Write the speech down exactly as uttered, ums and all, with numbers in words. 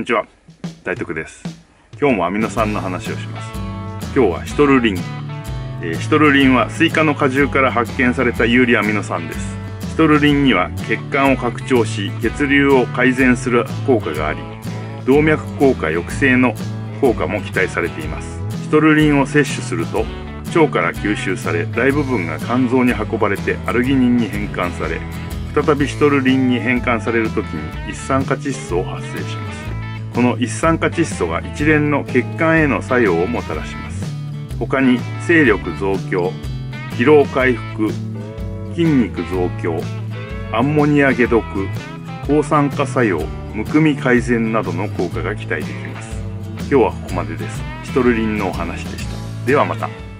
んにちは、大徳です。今日もアミノ酸の話をします。今日はシトルリン、えー、シトルリンはスイカの果汁から発見された有利アミノ酸です。シトルリンには血管を拡張し血流を改善する効果があり、動脈硬化抑制の効果も期待されています。シトルリンを摂取すると腸から吸収され、大部分が肝臓に運ばれてアルギニンに変換され、再びシトルリンに変換されるときに一酸化窒素を発生します。この一酸化窒素が一連の血管への作用をもたらします。他に精力増強、疲労回復、筋肉増強、アンモニア解毒、抗酸化作用、むくみ改善などの効果が期待できます。今日はここまでです。シトルリンのお話でした。ではまた。